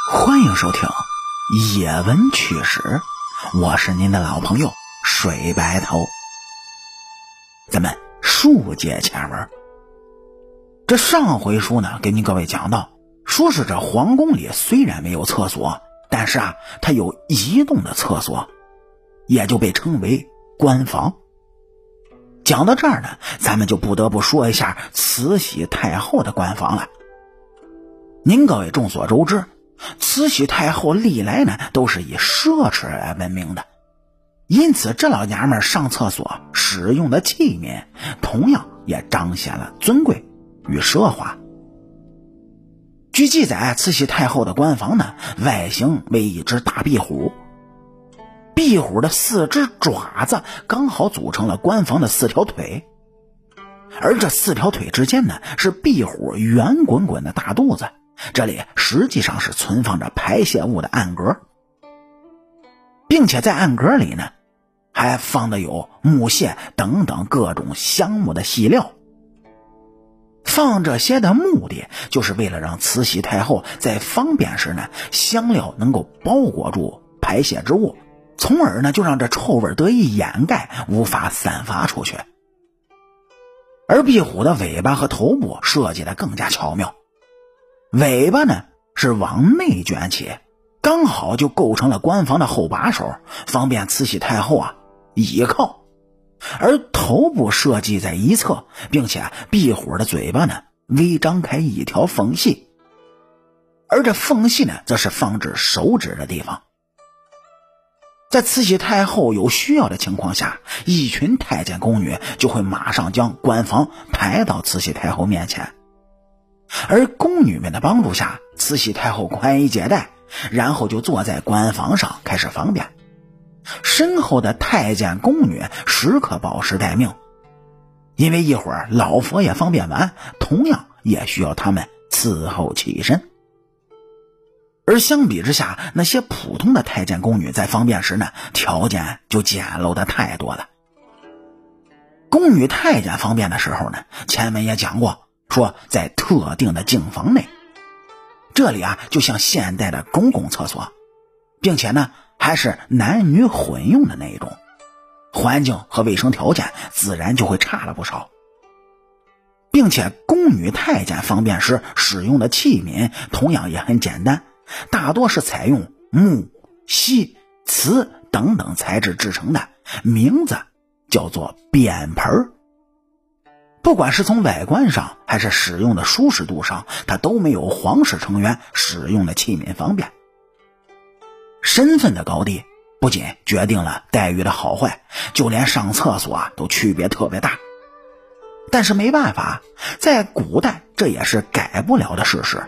欢迎收听野闻趣史，我是您的老朋友水白头。咱们书接前文，这上回书呢，给您各位讲到，说是这皇宫里虽然没有厕所，但是它有移动的厕所，也就被称为官房。讲到这儿呢，咱们就不得不说一下慈禧太后的官房了。您各位众所周知，慈禧太后历来呢都是以奢侈而闻名的，因此这老娘们上厕所使用的器皿同样也彰显了尊贵与奢华。据记载，慈禧太后的官房呢外形为一只大壁虎，壁虎的4只爪子刚好组成了官房的4条腿，而这4条腿之间呢是壁虎圆滚滚的大肚子，这里实际上是存放着排泄物的暗格，并且在暗格里呢还放的有木屑等等各种香木的细料。放这些的目的就是为了让慈禧太后在方便时呢，香料能够包裹住排泄之物，从而呢就让这臭味得以掩盖，无法散发出去。而壁虎的尾巴和头部设计的更加巧妙，尾巴呢是往内卷起，刚好就构成了官房的后把手，方便慈禧太后倚靠。而头部设计在一侧，并且壁虎的嘴巴呢微张开一条缝隙，而这缝隙呢则是放置手指的地方。在慈禧太后有需要的情况下，一群太监宫女就会马上将官房抬到慈禧太后面前，而宫女们的帮助下，慈禧太后宽衣解带，然后就坐在官房上开始方便。身后的太监宫女时刻保持待命，因为一会儿老佛爷方便完，同样也需要他们伺候起身。而相比之下，那些普通的太监宫女在方便时呢，条件就简陋的太多了。宫女太监方便的时候呢，前文也讲过，说在特定的净房内，这里就像现代的公共厕所，并且呢还是男女混用的那一种，环境和卫生条件自然就会差了不少。并且宫女太监方便时使用的器皿同样也很简单，大多是采用木、锡、瓷等等材质制成的，名字叫做便盆。不管是从外观上还是使用的舒适度上，它都没有皇室成员使用的器皿方便。身份的高低不仅决定了待遇的好坏，就连上厕所都区别特别大。但是没办法，在古代这也是改不了的事实。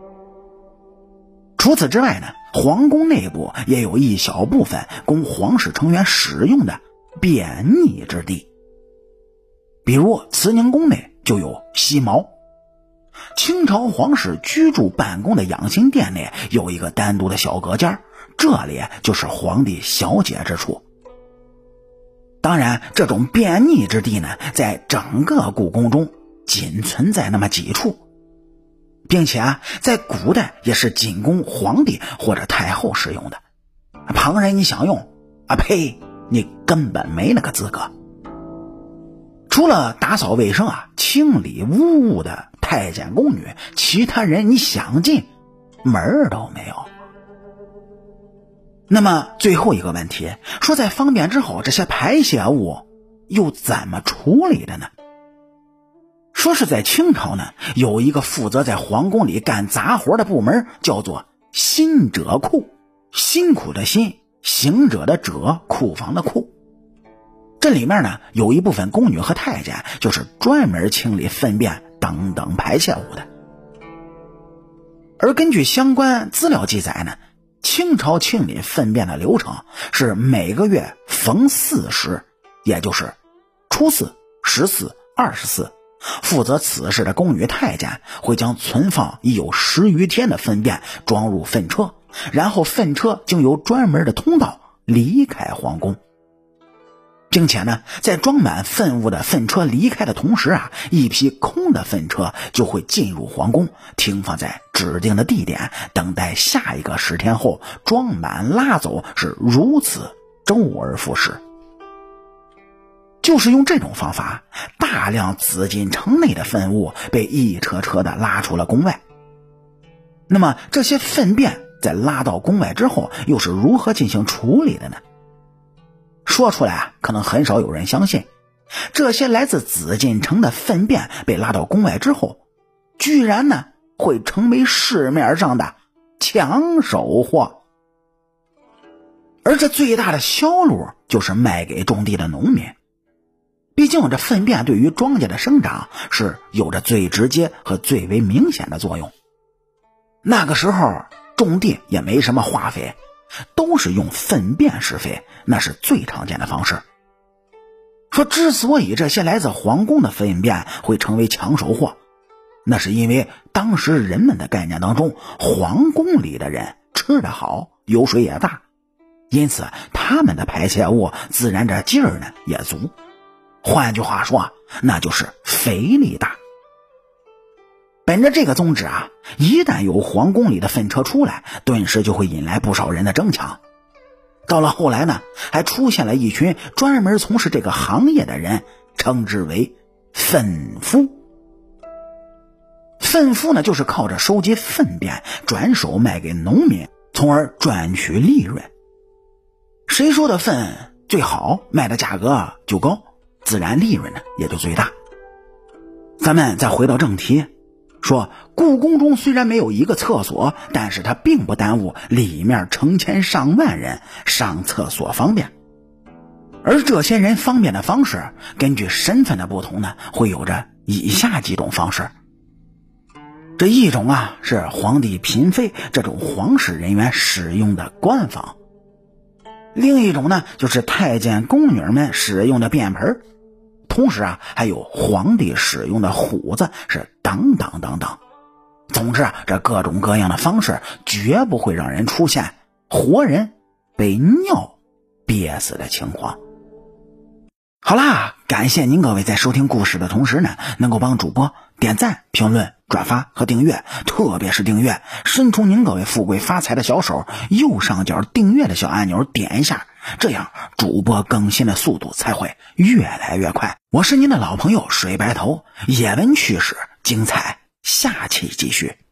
除此之外呢，皇宫内部也有一小部分供皇室成员使用的便溺之地，比如慈宁宫内就有西茅。清朝皇室居住办公的养心殿内有一个单独的小隔间，这里就是皇帝小姐之处。当然，这种便溺之地呢，在整个故宫中仅存在那么几处，并且在古代也是仅供皇帝或者太后使用的，旁人你想用呸，你根本没那个资格。除了打扫卫生清理污物的太监宫女，其他人你想进门儿都没有。那么最后一个问题，说在方便之后，这些排泄物又怎么处理的呢？说是在清朝呢，有一个负责在皇宫里干杂活的部门，叫做辛者库，辛苦的辛，行者的者，库房的库。这里面呢有一部分宫女和太监就是专门清理粪便等等排泄物的。而根据相关资料记载呢，清朝清理粪便的流程是每个月逢4时，也就是初4、14、24，负责此事的宫女太监会将存放已有10余天的粪便装入粪车，然后粪车经由专门的通道离开皇宫。 并且呢，在装满粪物的粪车离开的同时啊，一批空的粪车就会进入皇宫，停放在指定的地点，等待下一个10天后装满拉走，是如此周而复始。就是用这种方法，大量紫禁城内的粪物被一车车的拉出了宫外。那么这些粪便在拉到宫外之后，又是如何进行处理的呢？说出来啊，可能很少有人相信，这些来自紫禁城的粪便被拉到宫外之后，居然呢会成为市面上的抢手货。而这最大的销路就是卖给种地的农民。毕竟这粪便对于庄稼的生长是有着最直接和最为明显的作用。那个时候种地也没什么化肥，都是用粪便施肥，那是最常见的方式。说之所以这些来自皇宫的粪便会成为抢手货，那是因为当时人们的概念当中，皇宫里的人吃得好，油水也大，因此他们的排泄物自然这劲儿呢也足。换句话说，那就是肥力大。本着这个宗旨啊，一旦有皇宫里的粪车出来，顿时就会引来不少人的争抢。到了后来呢，还出现了一群专门从事这个行业的人，称之为粪夫。粪夫呢，就是靠着收集粪便转手卖给农民，从而赚取利润。谁说的粪最好，卖的价格就高，自然利润呢也就最大。咱们再回到正题，说故宫中虽然没有一个厕所，但是它并不耽误里面成千上万人上厕所方便。而这些人方便的方式，根据身份的不同呢，会有着以下几种方式。这一种啊，是皇帝嫔妃这种皇室人员使用的官房。另一种呢，就是太监宫女们使用的便盆，同时啊，还有皇帝使用的虎子，是等等等等。总之啊，这各种各样的方式绝不会让人出现活人被尿憋死的情况。好啦，感谢您各位在收听故事的同时呢，能够帮主播点赞、评论、转发和订阅，特别是订阅，伸出您各位富贵发财的小手，右上角订阅的小按钮点一下，这样主播更新的速度才会越来越快。我是您的老朋友水白头，野闻趣事精彩，下期继续。